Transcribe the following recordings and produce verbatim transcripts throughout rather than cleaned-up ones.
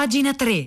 Pagina tre.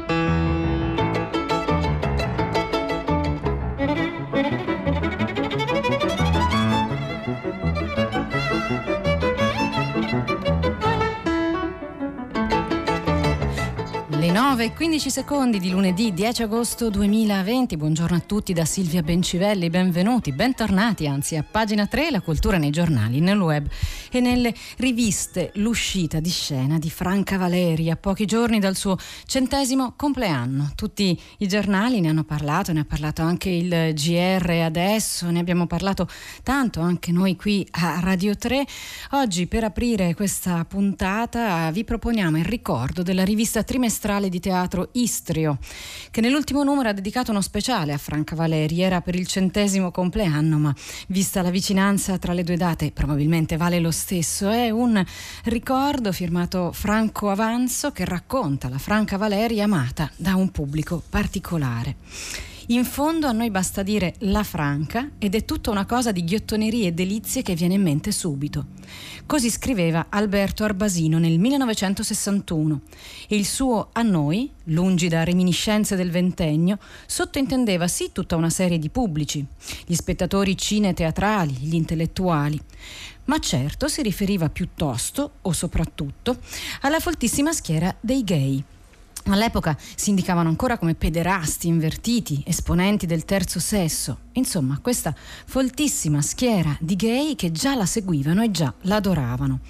Le nove e quindici secondi di lunedì dieci agosto duemilaventi. Buongiorno a tutti da Silvia Bencivelli, benvenuti, bentornati anzi a Pagina tre, la cultura nei giornali, nel web e nelle riviste. L'uscita di scena di Franca Valeri a pochi giorni dal suo centesimo compleanno. Tutti i giornali ne hanno parlato, ne ha parlato anche il G R adesso, ne abbiamo parlato tanto anche noi qui a Radio tre. Oggi per aprire questa puntata vi proponiamo il ricordo della rivista trimestrale di teatro Istrio, che nell'ultimo numero ha dedicato uno speciale a Franca Valeri. Era per il centesimo compleanno, ma vista la vicinanza tra le due date probabilmente vale lo stesso. È un ricordo firmato Franco Avanzo che racconta la Franca Valeri amata da un pubblico particolare. In fondo a noi basta dire la Franca ed è tutta una cosa di ghiottonerie e delizie che viene in mente subito. Così scriveva Alberto Arbasino nel millenovecentosessantuno e il suo A noi, lungi da reminiscenze del ventennio, sottintendeva sì tutta una serie di pubblici, gli spettatori cine-teatrali, gli intellettuali, ma certo si riferiva piuttosto, o soprattutto, alla foltissima schiera dei gay. All'epoca si indicavano ancora come pederasti, invertiti, esponenti del terzo sesso. Insomma, questa foltissima schiera di gay che già la seguivano e già l'adoravano.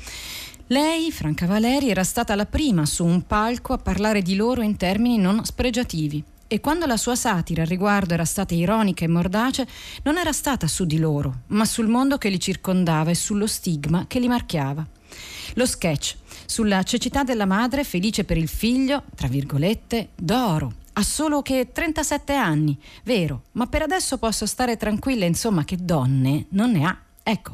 Lei, Franca Valeri, era stata la prima su un palco a parlare di loro in termini non spregiativi. E quando la sua satira al riguardo era stata ironica e mordace, non era stata su di loro, ma sul mondo che li circondava e sullo stigma che li marchiava. Lo sketch sulla cecità della madre felice per il figlio, tra virgolette, d'oro. Ha solo che trentasette anni, vero, ma per adesso posso stare tranquilla, insomma, che donne non ne ha. Ecco,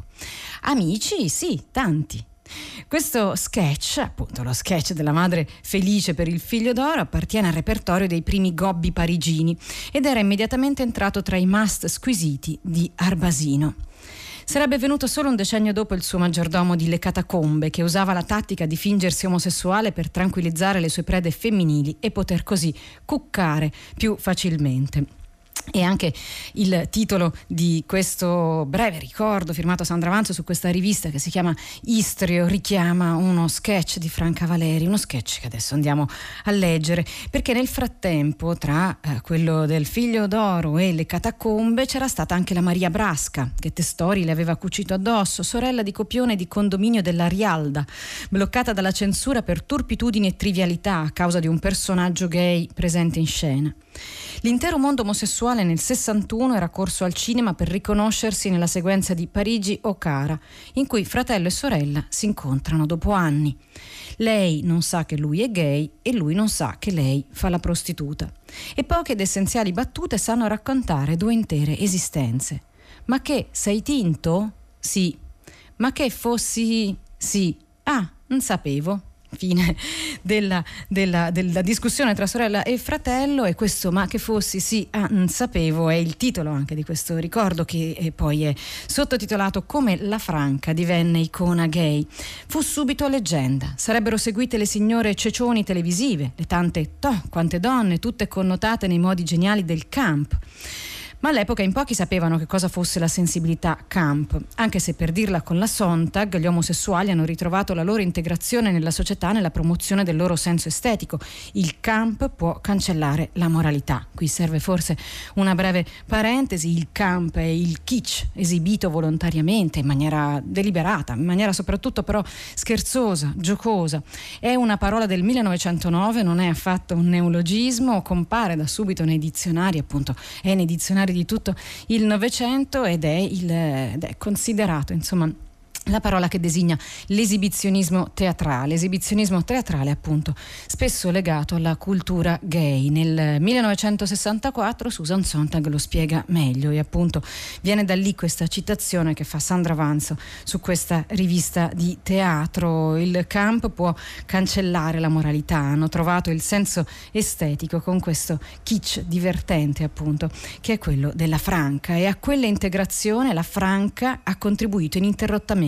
amici sì, tanti. Questo sketch, appunto lo sketch della madre felice per il figlio d'oro, appartiene al repertorio dei primi gobbi parigini ed era immediatamente entrato tra i must squisiti di Arbasino. Sarebbe venuto solo un decennio dopo il suo maggiordomo di Le Catacombe, che usava la tattica di fingersi omosessuale per tranquillizzare le sue prede femminili e poter così cuccare più facilmente. E anche il titolo di questo breve ricordo firmato Sandra Avanzo su questa rivista che si chiama Istrio richiama uno sketch di Franca Valeri, uno sketch che adesso andiamo a leggere, perché nel frattempo tra eh, quello del figlio d'oro e Le Catacombe c'era stata anche la Maria Brasca, che Testori le aveva cucito addosso, sorella di copione di condominio della Rialda, bloccata dalla censura per turpitudini e trivialità a causa di un personaggio gay presente in scena. L'intero mondo omosessuale nel sessantuno era corso al cinema per riconoscersi nella sequenza di Parigi o Cara, in cui fratello e sorella si incontrano dopo anni. Lei non sa che lui è gay e lui non sa che lei fa la prostituta. E poche ed essenziali battute sanno raccontare due intere esistenze. Ma che sei tinto? Sì. Ma che fossi? Sì. Ah, non sapevo. Fine della, della, della discussione tra sorella e fratello. E questo ma che fossi sì ah, non sapevo è il titolo anche di questo ricordo, che poi è sottotitolato Come la Franca divenne icona gay. Fu subito leggenda, sarebbero seguite le signore cecioni televisive, le tante toh, quante donne, tutte connotate nei modi geniali del camp. Ma all'epoca in pochi sapevano che cosa fosse la sensibilità camp, anche se, per dirla con la Sontag, gli omosessuali hanno ritrovato la loro integrazione nella società nella promozione del loro senso estetico. Il camp può cancellare la moralità. Qui serve forse una breve parentesi: il camp è il kitsch esibito volontariamente, in maniera deliberata, in maniera soprattutto però scherzosa, giocosa. È una parola del millenovecentonove, non è affatto un neologismo, compare da subito nei dizionari, appunto è nei dizionari di tutto il Novecento ed è, il, ed è considerato, insomma, la parola che designa l'esibizionismo teatrale, esibizionismo teatrale appunto spesso legato alla cultura gay. Nel millenovecentosessantaquattro Susan Sontag lo spiega meglio e appunto viene da lì questa citazione che fa Sandra Avanzo su questa rivista di teatro. Il camp può cancellare la moralità, hanno trovato il senso estetico con questo kitsch divertente appunto che è quello della Franca, e a quella integrazione la Franca ha contribuito ininterrottamente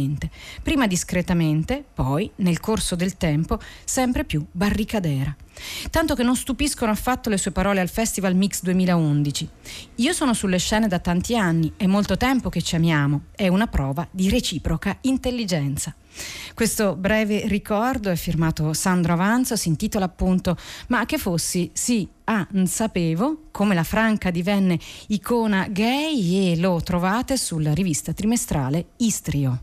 timidamente, prima discretamente, poi, nel corso del tempo, sempre più barricadera. Tanto che non stupiscono affatto le sue parole al Festival Mix duemilaundici. Io sono sulle scene da tanti anni, è molto tempo che ci amiamo, è una prova di reciproca intelligenza. Questo breve ricordo è firmato Sandro Avanzo, si intitola appunto Ma che fossi, sì, ah, n sapevo, come la Franca divenne icona gay, e lo trovate sulla rivista trimestrale Istrio.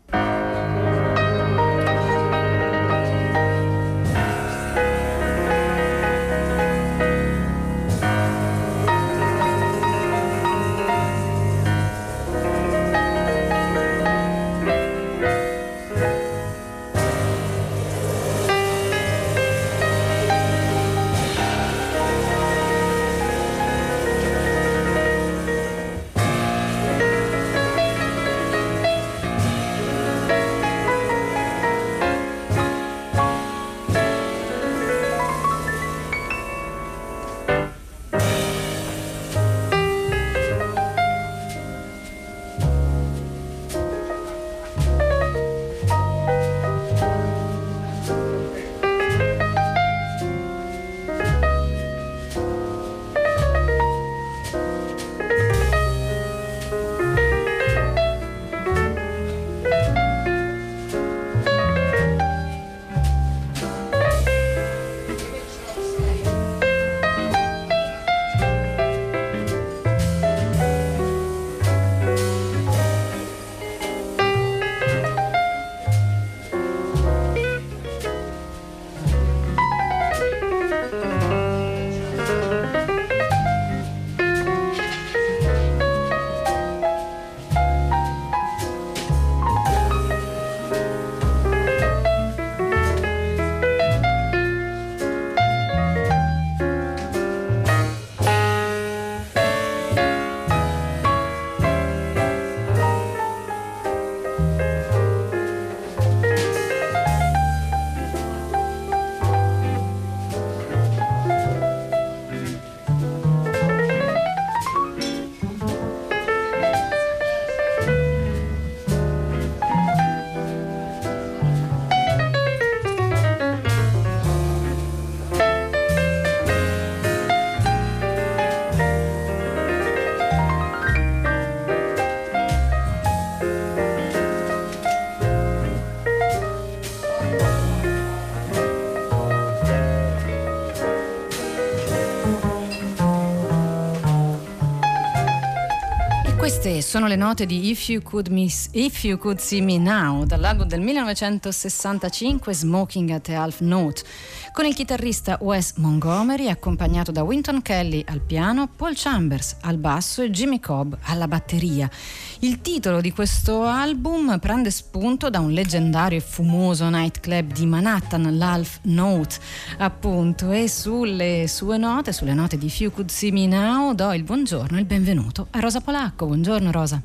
Queste sono le note di If You Could, Miss, If You Could See Me Now, dall'album del millenovecentosessantacinque Smoking at the Half Note, con il chitarrista Wes Montgomery accompagnato da Wynton Kelly al piano, Paul Chambers al basso e Jimmy Cobb alla batteria. Il titolo di questo album prende spunto da un leggendario e fumoso nightclub di Manhattan, l'Half Note, appunto, e sulle sue note, sulle note di If You Could See Me Now, do il buongiorno e il benvenuto a Rosa Polacco. Buongiorno Rosa.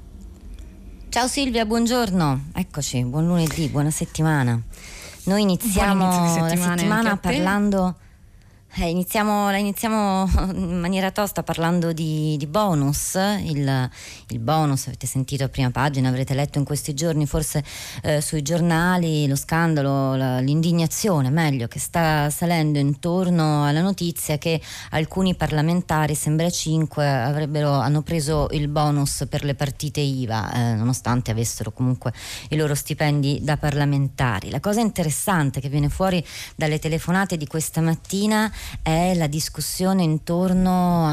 Ciao Silvia, buongiorno. Eccoci, buon lunedì, buona settimana. Noi iniziamo settimana la settimana parlando eh, iniziamo, la iniziamo in maniera tosta parlando di, di bonus. Il, il bonus, avete sentito a prima pagina, avrete letto in questi giorni forse eh, sui giornali lo scandalo, la, l'indignazione meglio che sta salendo intorno alla notizia che alcuni parlamentari, sembra cinque, avrebbero, hanno preso il bonus per le partite I V A eh, nonostante avessero comunque i loro stipendi da parlamentari. La cosa interessante che viene fuori dalle telefonate di questa mattina è la discussione intorno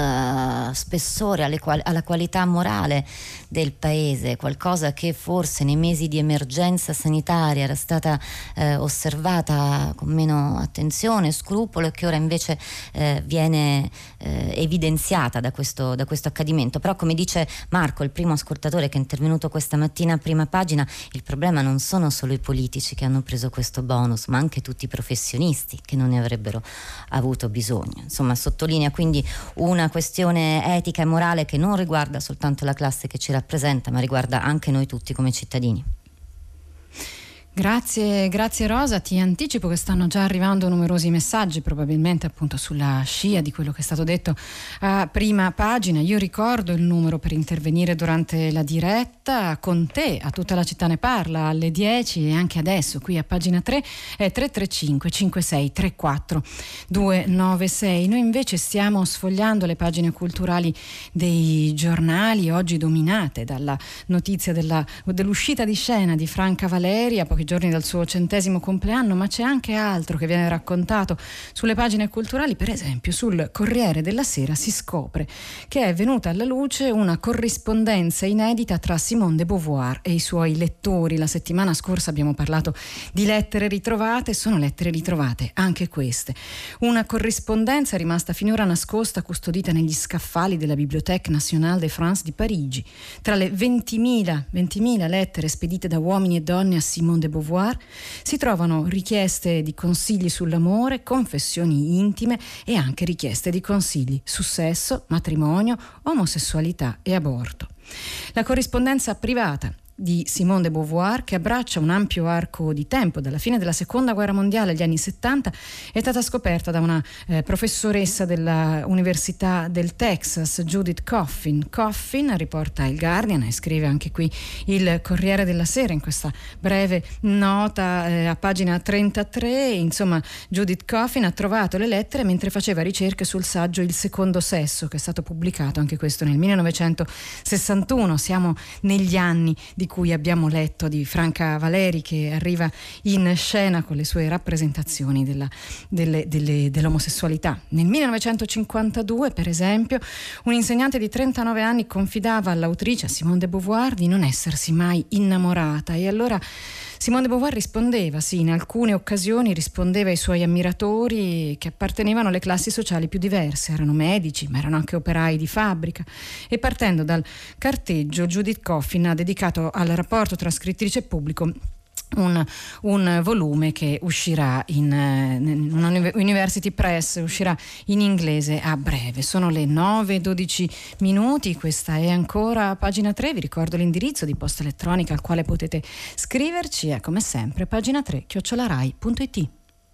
al spessore, alle quali, alla qualità morale del paese, qualcosa che forse nei mesi di emergenza sanitaria era stata eh, osservata con meno attenzione, scrupolo, e che ora invece eh, viene eh, evidenziata da questo, da questo accadimento. Però, come dice Marco, il primo ascoltatore che è intervenuto questa mattina a prima pagina, il problema non sono solo i politici che hanno preso questo bonus, ma anche tutti i professionisti che non ne avrebbero avuto bisogno. Insomma, sottolinea quindi una questione etica e morale che non riguarda soltanto la classe che ci rappresenta, ma riguarda anche noi tutti come cittadini. Grazie, grazie Rosa, ti anticipo che stanno già arrivando numerosi messaggi, probabilmente appunto sulla scia di quello che è stato detto a prima pagina. Io ricordo il numero per intervenire durante la diretta con te, a Tutta la città ne parla, alle dieci e anche adesso qui a pagina tre è tre tre cinque cinque sei tre quattro due nove sei. Noi invece stiamo sfogliando le pagine culturali dei giornali, oggi dominate dalla notizia della, dell'uscita di scena di Franca Valeri a pochi giorni dal suo centesimo compleanno, ma c'è anche altro che viene raccontato sulle pagine culturali. Per esempio sul Corriere della Sera si scopre che è venuta alla luce una corrispondenza inedita tra Simone de Beauvoir e i suoi lettori. La settimana scorsa abbiamo parlato di lettere ritrovate, sono lettere ritrovate anche queste. Una corrispondenza rimasta finora nascosta, custodita negli scaffali della Bibliothèque Nationale de France di Parigi. Tra le ventimila lettere spedite da uomini e donne a Simone de Beauvoir si trovano richieste di consigli sull'amore, confessioni intime e anche richieste di consigli su sesso, matrimonio, omosessualità e aborto. La corrispondenza privata di Simone de Beauvoir, che abbraccia un ampio arco di tempo dalla fine della seconda guerra mondiale agli anni settanta, è stata scoperta da una eh, professoressa dell'Università del Texas, Judith Coffin. Coffin, riporta il Guardian e scrive anche qui il Corriere della Sera in questa breve nota eh, a pagina trentatré. Insomma, Judith Coffin ha trovato le lettere mentre faceva ricerche sul saggio Il secondo sesso, che è stato pubblicato anche questo nel millenovecentosessantuno. Siamo negli anni di cui abbiamo letto di Franca Valeri, che arriva in scena con le sue rappresentazioni della, delle, delle, dell'omosessualità. Nel millenovecentocinquantadue, per esempio, un insegnante di trentanove anni confidava all'autrice, a Simone de Beauvoir, di non essersi mai innamorata, e allora Simone de Beauvoir rispondeva, sì, in alcune occasioni rispondeva ai suoi ammiratori che appartenevano alle classi sociali più diverse, erano medici ma erano anche operai di fabbrica, e partendo dal carteggio Judith Coffin ha dedicato al rapporto tra scrittrice e pubblico Un, un volume che uscirà in, in una University Press, uscirà in inglese a breve. Sono le nove e dodici minuti, questa è ancora pagina tre. Vi ricordo l'indirizzo di posta elettronica al quale potete scriverci, è come sempre pagina tre chiocciola rai punto it.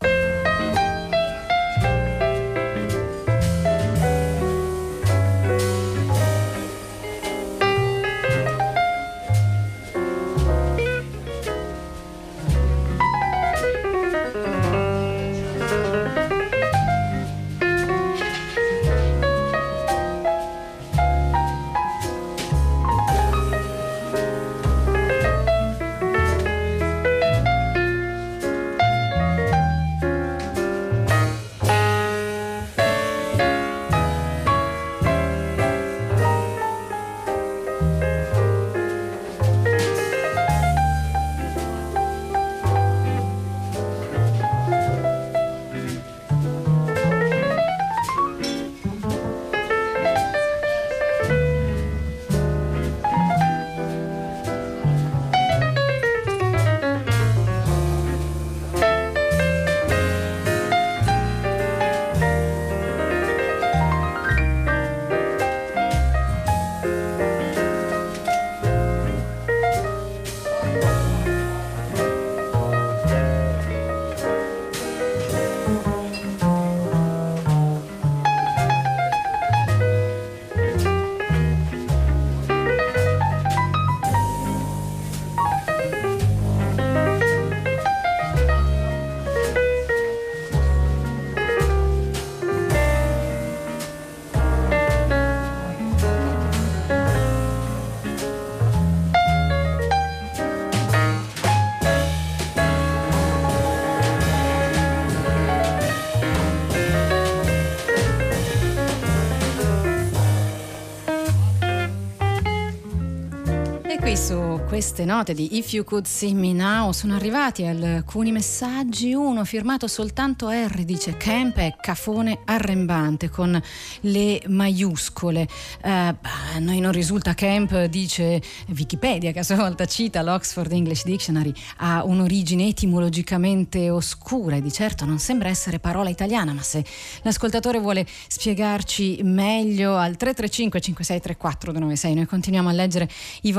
Su queste note di If You Could See Me Now sono arrivati alcuni messaggi. Uno firmato soltanto R dice: Camp è cafone arrembante con le maiuscole. Uh, a noi non risulta. Camp, dice Wikipedia, che a sua volta cita l'Oxford English Dictionary, ha un'origine etimologicamente oscura e di certo non sembra essere parola italiana, ma se l'ascoltatore vuole spiegarci meglio al tre tre cinque cinque sei tre quattro due nove sei noi continuiamo a leggere i vostri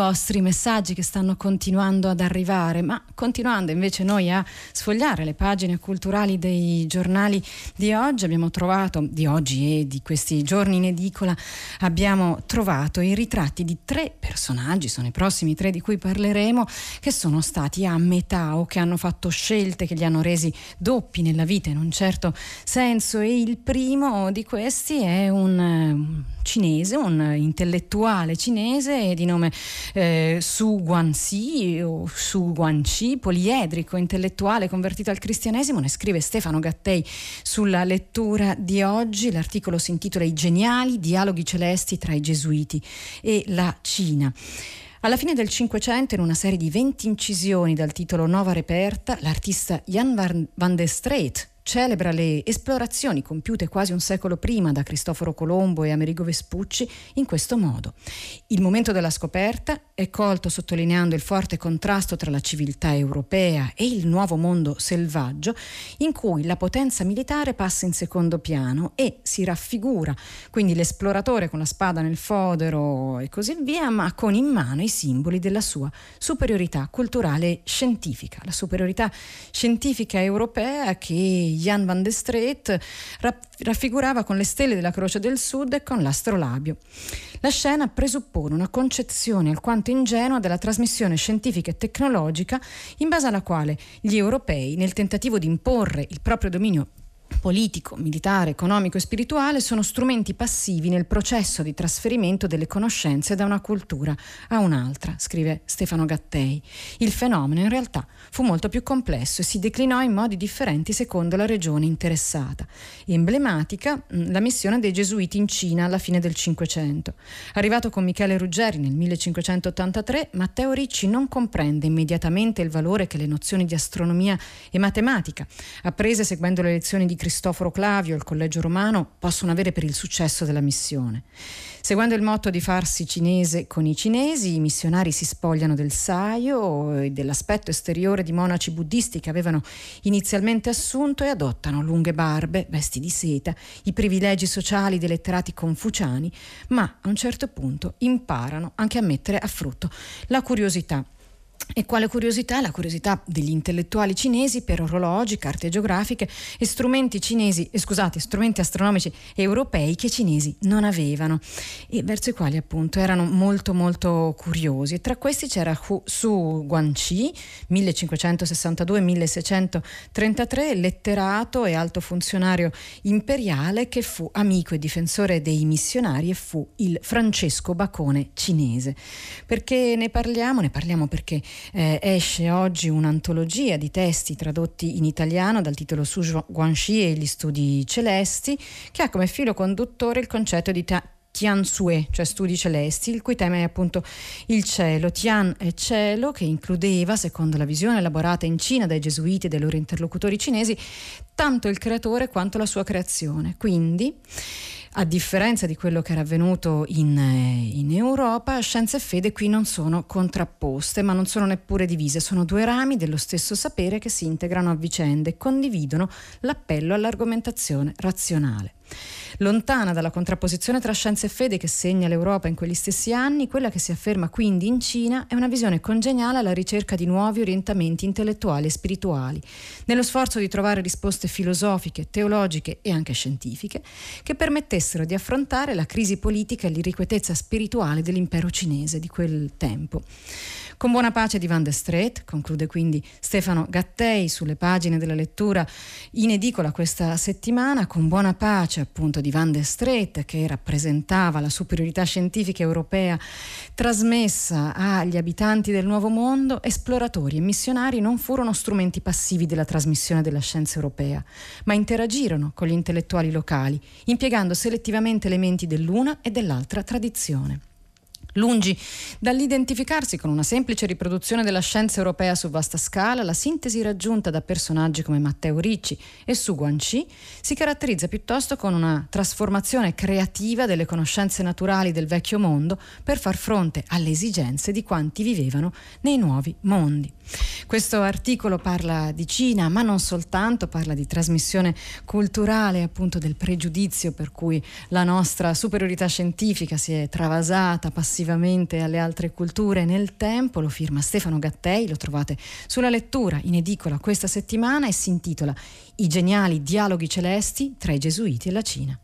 messaggi che stanno continuando ad arrivare, ma continuando invece noi a sfogliare le pagine culturali dei giornali di oggi, abbiamo trovato, di oggi e di questi giorni in edicola, abbiamo trovato i ritratti di tre personaggi, sono i prossimi tre di cui parleremo, che sono stati a metà o che hanno fatto scelte che li hanno resi doppi nella vita in un certo senso, e il primo di questi è un um, cinese, un intellettuale cinese di nome eh, Su Guangxi o Su Guangxi, poliedrico, intellettuale convertito al cristianesimo. Ne scrive Stefano Gattei sulla lettura di oggi. L'articolo si intitola I geniali dialoghi celesti tra i gesuiti e la Cina. Alla fine del Cinquecento, in una serie di venti incisioni dal titolo Nova Reperta, l'artista Jan van der Straet celebra le esplorazioni compiute quasi un secolo prima da Cristoforo Colombo e Amerigo Vespucci in questo modo. Il momento della scoperta è colto sottolineando il forte contrasto tra la civiltà europea e il nuovo mondo selvaggio, in cui la potenza militare passa in secondo piano e si raffigura quindi l'esploratore con la spada nel fodero e così via, ma con in mano i simboli della sua superiorità culturale e scientifica. La superiorità scientifica europea che Jan van der Straet raffigurava con le stelle della Croce del Sud e con l'astrolabio. La scena presuppone una concezione alquanto ingenua della trasmissione scientifica e tecnologica in base alla quale gli europei, nel tentativo di imporre il proprio dominio politico, militare, economico e spirituale, sono strumenti passivi nel processo di trasferimento delle conoscenze da una cultura a un'altra, scrive Stefano Gattei. Il fenomeno in realtà fu molto più complesso e si declinò in modi differenti secondo la regione interessata. Emblematica la missione dei gesuiti in Cina alla fine del Cinquecento. Arrivato con Michele Ruggeri nel millecinquecentottantatré, Matteo Ricci non comprende immediatamente il valore che le nozioni di astronomia e matematica, apprese seguendo le lezioni di Cristoforo Clavio, il Collegio Romano, possono avere per il successo della missione. Seguendo il motto di farsi cinese con i cinesi, i missionari si spogliano del saio e dell'aspetto esteriore di monaci buddisti che avevano inizialmente assunto e adottano lunghe barbe, vesti di seta, i privilegi sociali dei letterati confuciani, ma a un certo punto imparano anche a mettere a frutto la curiosità. E quale curiosità? La curiosità degli intellettuali cinesi per orologi, carte geografiche e strumenti cinesi, eh, scusate, strumenti astronomici europei che i cinesi non avevano e verso i quali appunto erano molto molto curiosi. E tra questi c'era Su Guangxi, millecinquecentosessantadue milleseicentotrentatré, letterato e alto funzionario imperiale che fu amico e difensore dei missionari e fu il Francesco Bacone cinese. Perché ne parliamo? Ne parliamo perché Eh, esce oggi un'antologia di testi tradotti in italiano dal titolo Su Guangxi e gli studi celesti, che ha come filo conduttore il concetto di ta- Tian Sue, cioè studi celesti, il cui tema è appunto il cielo. Tian è cielo, che includeva, secondo la visione elaborata in Cina dai gesuiti e dai loro interlocutori cinesi, tanto il creatore quanto la sua creazione. Quindi, a differenza di quello che era avvenuto in, in Europa, scienza e fede qui non sono contrapposte, ma non sono neppure divise. Sono due rami dello stesso sapere che si integrano a vicenda e condividono l'appello all'argomentazione razionale. Lontana dalla contrapposizione tra scienza e fede che segna l'Europa in quegli stessi anni, quella che si afferma quindi in Cina è una visione congeniale alla ricerca di nuovi orientamenti intellettuali e spirituali, nello sforzo di trovare risposte filosofiche, teologiche e anche scientifiche che permettessero di affrontare la crisi politica e l'irrequietezza spirituale dell'impero cinese di quel tempo. Con buona pace di Van der Straet, conclude quindi Stefano Gattei sulle pagine della lettura in edicola questa settimana, con buona pace appunto di Van der Straet, che rappresentava la superiorità scientifica europea trasmessa agli abitanti del Nuovo Mondo, esploratori e missionari non furono strumenti passivi della trasmissione della scienza europea, ma interagirono con gli intellettuali locali, impiegando selettivamente elementi dell'una e dell'altra tradizione. Lungi dall'identificarsi con una semplice riproduzione della scienza europea su vasta scala, la sintesi raggiunta da personaggi come Matteo Ricci e Su Guangxi si caratterizza piuttosto con una trasformazione creativa delle conoscenze naturali del vecchio mondo per far fronte alle esigenze di quanti vivevano nei nuovi mondi. Questo articolo parla di Cina, ma non soltanto, parla di trasmissione culturale, appunto del pregiudizio per cui la nostra superiorità scientifica si è travasata passivamente successivamente alle altre culture nel tempo. Lo firma Stefano Gattei, lo trovate sulla lettura in edicola questa settimana e si intitola I geniali dialoghi celesti tra i gesuiti e la Cina.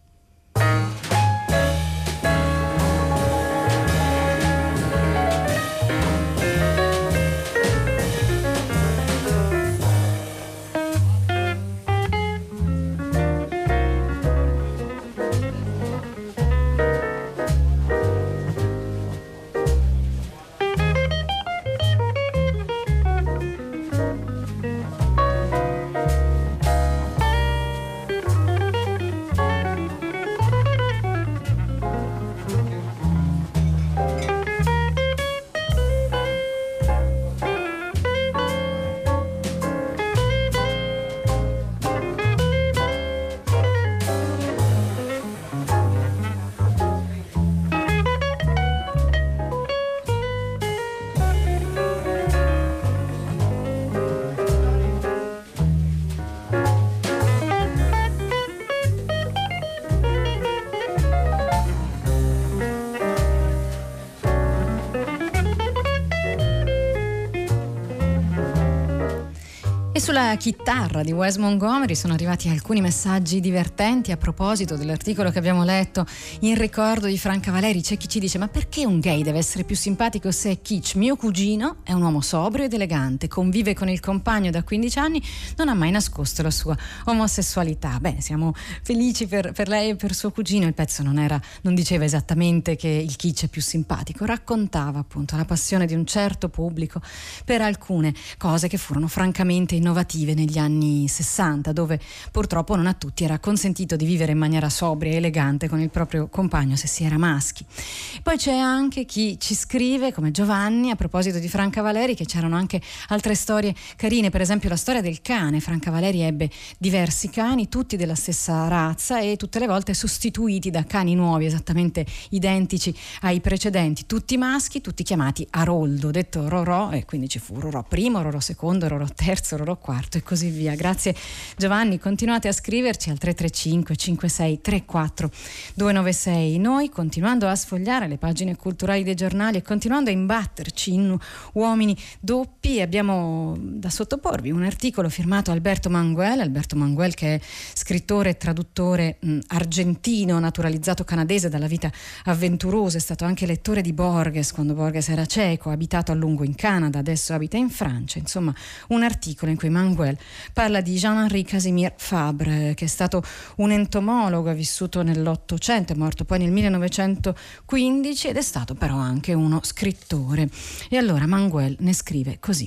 Sulla chitarra di Wes Montgomery sono arrivati alcuni messaggi divertenti a proposito dell'articolo che abbiamo letto in ricordo di Franca Valeri. C'è chi ci dice: ma perché un gay deve essere più simpatico se è kitsch? Mio cugino è un uomo sobrio ed elegante, convive con il compagno da quindici anni, non ha mai nascosto la sua omosessualità. Beh, siamo felici per, per lei e per suo cugino. Il pezzo non era, non diceva esattamente che il kitsch è più simpatico, raccontava appunto la passione di un certo pubblico per alcune cose che furono francamente innovative negli anni sessanta, dove purtroppo non a tutti era consentito di vivere in maniera sobria e elegante con il proprio compagno se si era maschi. Poi c'è anche chi ci scrive, come Giovanni, a proposito di Franca Valeri, che c'erano anche altre storie carine, per esempio la storia del cane. Franca Valeri ebbe diversi cani, tutti della stessa razza e tutte le volte sostituiti da cani nuovi esattamente identici ai precedenti, tutti maschi, tutti chiamati Aroldo, detto Rorò, e quindi ci fu Rorò primo, Rorò secondo, Rorò terzo, Rorò quarto e così via. Grazie Giovanni, continuate a scriverci al tre tre cinque cinque sei tre quattro due nove sei. Noi, continuando a sfogliare le pagine culturali dei giornali e continuando a imbatterci in uomini doppi, abbiamo da sottoporvi un articolo firmato Alberto Manguel. Alberto Manguel, che è scrittore e traduttore mh, argentino, naturalizzato canadese dalla vita avventurosa, è stato anche lettore di Borges quando Borges era cieco, ha abitato a lungo in Canada, adesso abita in Francia. Insomma, un articolo in cui Manguel parla di Jean-Henri Casimir Fabre, che è stato un entomologo, ha vissuto nell'Ottocento, è morto poi nel millenovecentoquindici ed è stato però anche uno scrittore. E allora Manguel ne scrive così: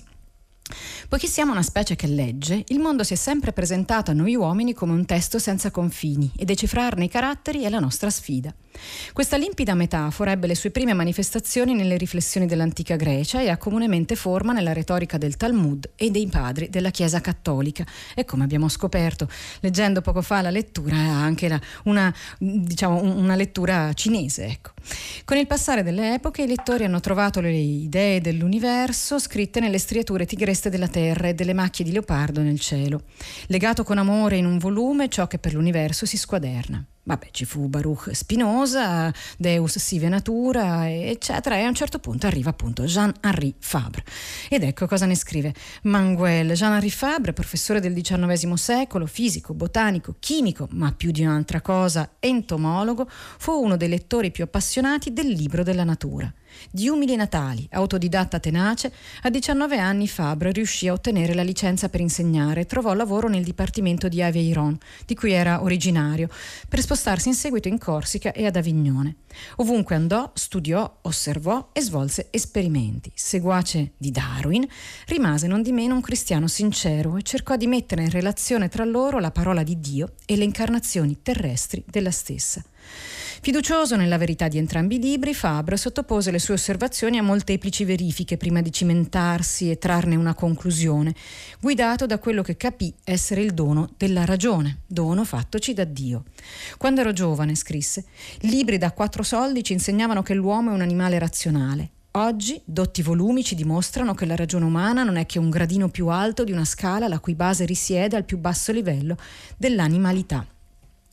poiché siamo una specie che legge, il mondo si è sempre presentato a noi uomini come un testo senza confini e decifrarne i caratteri è la nostra sfida. Questa limpida metafora ebbe le sue prime manifestazioni nelle riflessioni dell'antica Grecia e ha comunemente forma nella retorica del Talmud e dei padri della Chiesa cattolica. E come abbiamo scoperto leggendo poco fa la lettura, anche la, una, diciamo, una lettura cinese, ecco. Con il passare delle epoche i lettori hanno trovato le idee dell'universo scritte nelle striature tigreste della terra e delle macchie di leopardo nel cielo. Legato con amore in un volume ciò che per l'universo si squaderna. Vabbè, ci fu Baruch Spinoza, Deus sive natura, eccetera, e a un certo punto arriva appunto Jean-Henri Fabre. Ed ecco cosa ne scrive Manguel. Jean-Henri Fabre, professore del diciannovesimo secolo, fisico, botanico, chimico, ma più di un'altra cosa, entomologo, fu uno dei lettori più appassionati del libro della natura. Di umili natali, autodidatta tenace, a diciannove anni Fabre riuscì a ottenere la licenza per insegnare e trovò lavoro nel dipartimento di Aveyron, di cui era originario, per spostarsi in seguito in Corsica e ad Avignone. Ovunque andò, studiò, osservò e svolse esperimenti. Seguace di Darwin, rimase non di meno un cristiano sincero e cercò di mettere in relazione tra loro la parola di Dio e le incarnazioni terrestri della stessa. Fiducioso nella verità di entrambi i libri, Fabre sottopose le sue osservazioni a molteplici verifiche prima di cimentarsi e trarne una conclusione, guidato da quello che capì essere il dono della ragione, dono fattoci da Dio. Quando ero giovane, scrisse, libri da quattro soldi ci insegnavano che l'uomo è un animale razionale. Oggi, dotti volumi ci dimostrano che la ragione umana non è che un gradino più alto di una scala la cui base risiede al più basso livello dell'animalità.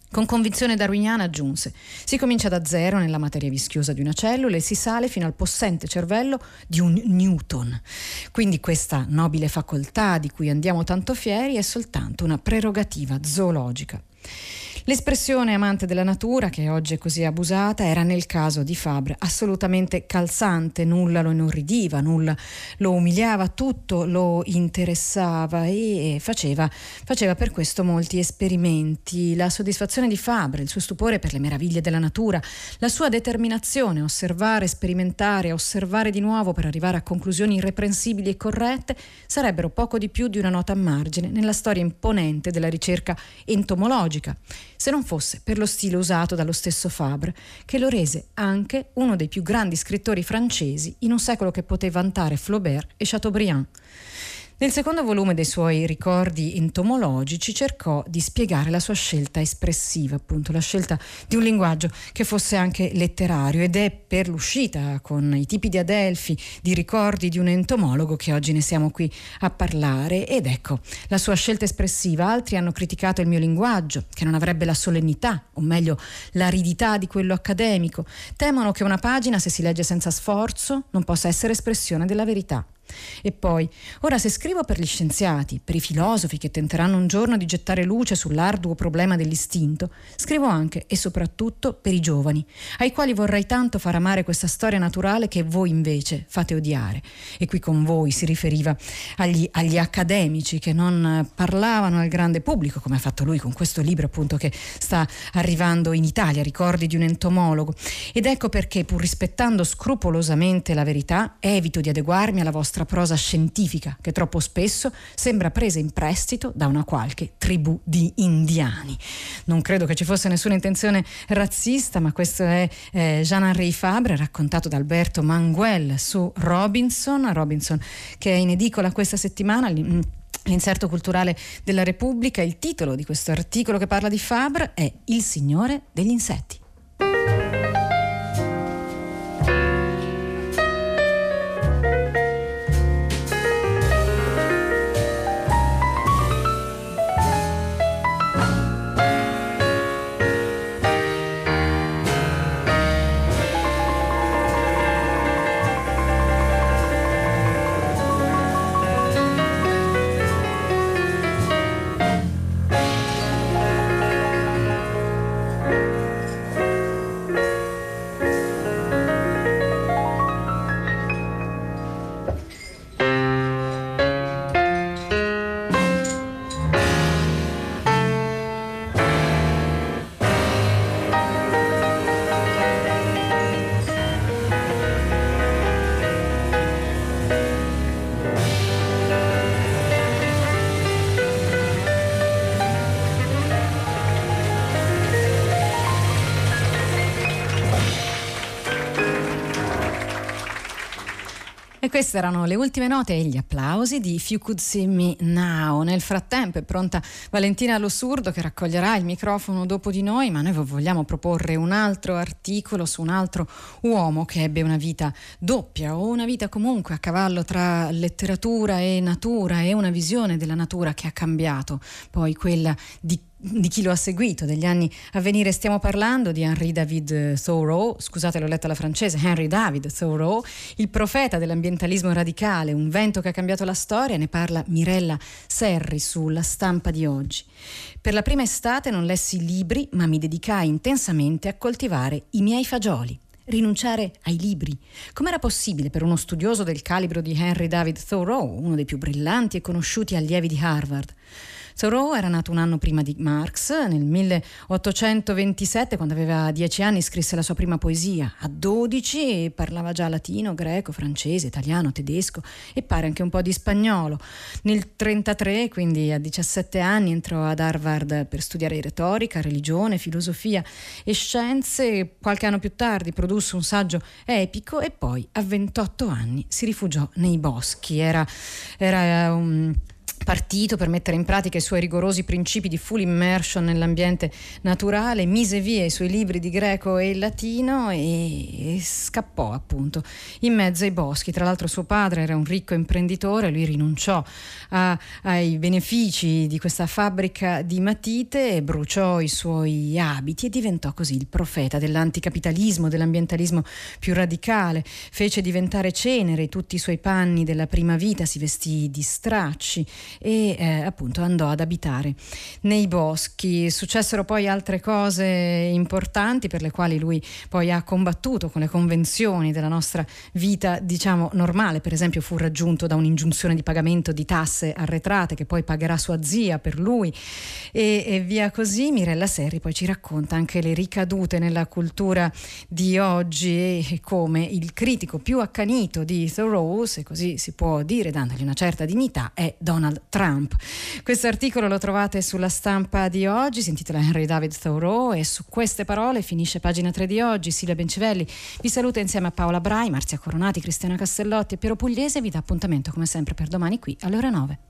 Con convinzione darwiniana aggiunse: si comincia da zero nella materia vischiosa di una cellula e si sale fino al possente cervello di un Newton. Quindi questa nobile facoltà di cui andiamo tanto fieri è soltanto una prerogativa zoologica. L'espressione amante della natura, che oggi è così abusata, era nel caso di Fabre assolutamente calzante, nulla lo inorridiva, nulla lo umiliava, tutto lo interessava e faceva, faceva per questo molti esperimenti. La soddisfazione di Fabre, il suo stupore per le meraviglie della natura, la sua determinazione a osservare, sperimentare, a osservare di nuovo per arrivare a conclusioni irreprensibili e corrette, sarebbero poco di più di una nota a margine nella storia imponente della ricerca entomologica, se non fosse per lo stile usato dallo stesso Fabre, che lo rese anche uno dei più grandi scrittori francesi in un secolo che poté vantare Flaubert e Chateaubriand. Nel secondo volume dei suoi ricordi entomologici cercò di spiegare la sua scelta espressiva, appunto la scelta di un linguaggio che fosse anche letterario, ed è per l'uscita con i tipi di Adelphi di ricordi di un entomologo che oggi ne siamo qui a parlare. Ed ecco la sua scelta espressiva. Altri hanno criticato il mio linguaggio, che non avrebbe la solennità, o meglio l'aridità di quello accademico. Temono che una pagina, se si legge senza sforzo, non possa essere espressione della verità. E poi, ora se scrivo per gli scienziati, per i filosofi che tenteranno un giorno di gettare luce sull'arduo problema dell'istinto, scrivo anche e soprattutto per i giovani, ai quali vorrei tanto far amare questa storia naturale che voi invece fate odiare. E qui con voi si riferiva agli, agli accademici che non parlavano al grande pubblico, come ha fatto lui con questo libro appunto che sta arrivando in Italia, Ricordi di un entomologo. Ed ecco perché, pur rispettando scrupolosamente la verità, evito di adeguarmi alla vostra prosa scientifica, che troppo spesso sembra presa in prestito da una qualche tribù di indiani. Non credo che ci fosse nessuna intenzione razzista, ma questo è eh, Jean-Henri Fabre, raccontato da Alberto Manguel su Robinson, Robinson che è in edicola questa settimana. L'inserto culturale della Repubblica. Il titolo di questo articolo che parla di Fabre è Il Signore degli Insetti. E queste erano le ultime note e gli applausi di If You Could See Me Now. Nel frattempo è pronta Valentina Losurdo che raccoglierà il microfono dopo di noi, ma noi vogliamo proporre un altro articolo su un altro uomo che ebbe una vita doppia, o una vita comunque a cavallo tra letteratura e natura, e una visione della natura che ha cambiato poi quella di di chi lo ha seguito, degli anni a venire. Stiamo parlando di Henry David Thoreau, scusate l'ho letta alla francese, Henry David Thoreau, il profeta dell'ambientalismo radicale, un vento che ha cambiato la storia. Ne parla Mirella Serri sulla Stampa di oggi. Per la prima estate non lessi libri, ma mi dedicai intensamente a coltivare i miei fagioli. Rinunciare ai libri. Com'era possibile per uno studioso del calibro di Henry David Thoreau, uno dei più brillanti e conosciuti allievi di Harvard? Thoreau era nato un anno prima di Marx, nel milleottocentoventisette, quando aveva dieci anni scrisse la sua prima poesia. A dodici parlava già latino, greco, francese, italiano, tedesco e pare anche un po' di spagnolo. Nel trentatré, quindi a diciassette anni, entrò ad Harvard per studiare retorica, religione, filosofia e scienze. Qualche anno più tardi produsse un saggio epico e poi a ventotto anni si rifugiò nei boschi. Era, era un... partito per mettere in pratica i suoi rigorosi principi di full immersion nell'ambiente naturale, mise via i suoi libri di greco e latino e, e scappò appunto in mezzo ai boschi. Tra l'altro suo padre era un ricco imprenditore, lui rinunciò a, ai benefici di questa fabbrica di matite e bruciò i suoi abiti e diventò così il profeta dell'anticapitalismo, dell'ambientalismo più radicale. Fece diventare cenere tutti i suoi panni della prima vita, si vestì di stracci e eh, appunto andò ad abitare nei boschi. Successero poi altre cose importanti per le quali lui poi ha combattuto con le convenzioni della nostra vita, diciamo, normale. Per esempio fu raggiunto da un'ingiunzione di pagamento di tasse arretrate che poi pagherà sua zia per lui e, e via così. Mirella Serri poi ci racconta anche le ricadute nella cultura di oggi e come il critico più accanito di Thoreau, se così si può dire, dandogli una certa dignità, è Donald Trump. Questo articolo lo trovate sulla Stampa di oggi, si intitola Henry David Thoreau e su queste parole finisce Pagina tre di oggi. Silvia Bencivelli vi saluta insieme a Paola Brai, Marzia Coronati, Cristiana Castellotti e Piero Pugliese. Vi dà appuntamento come sempre per domani qui alle ore nove.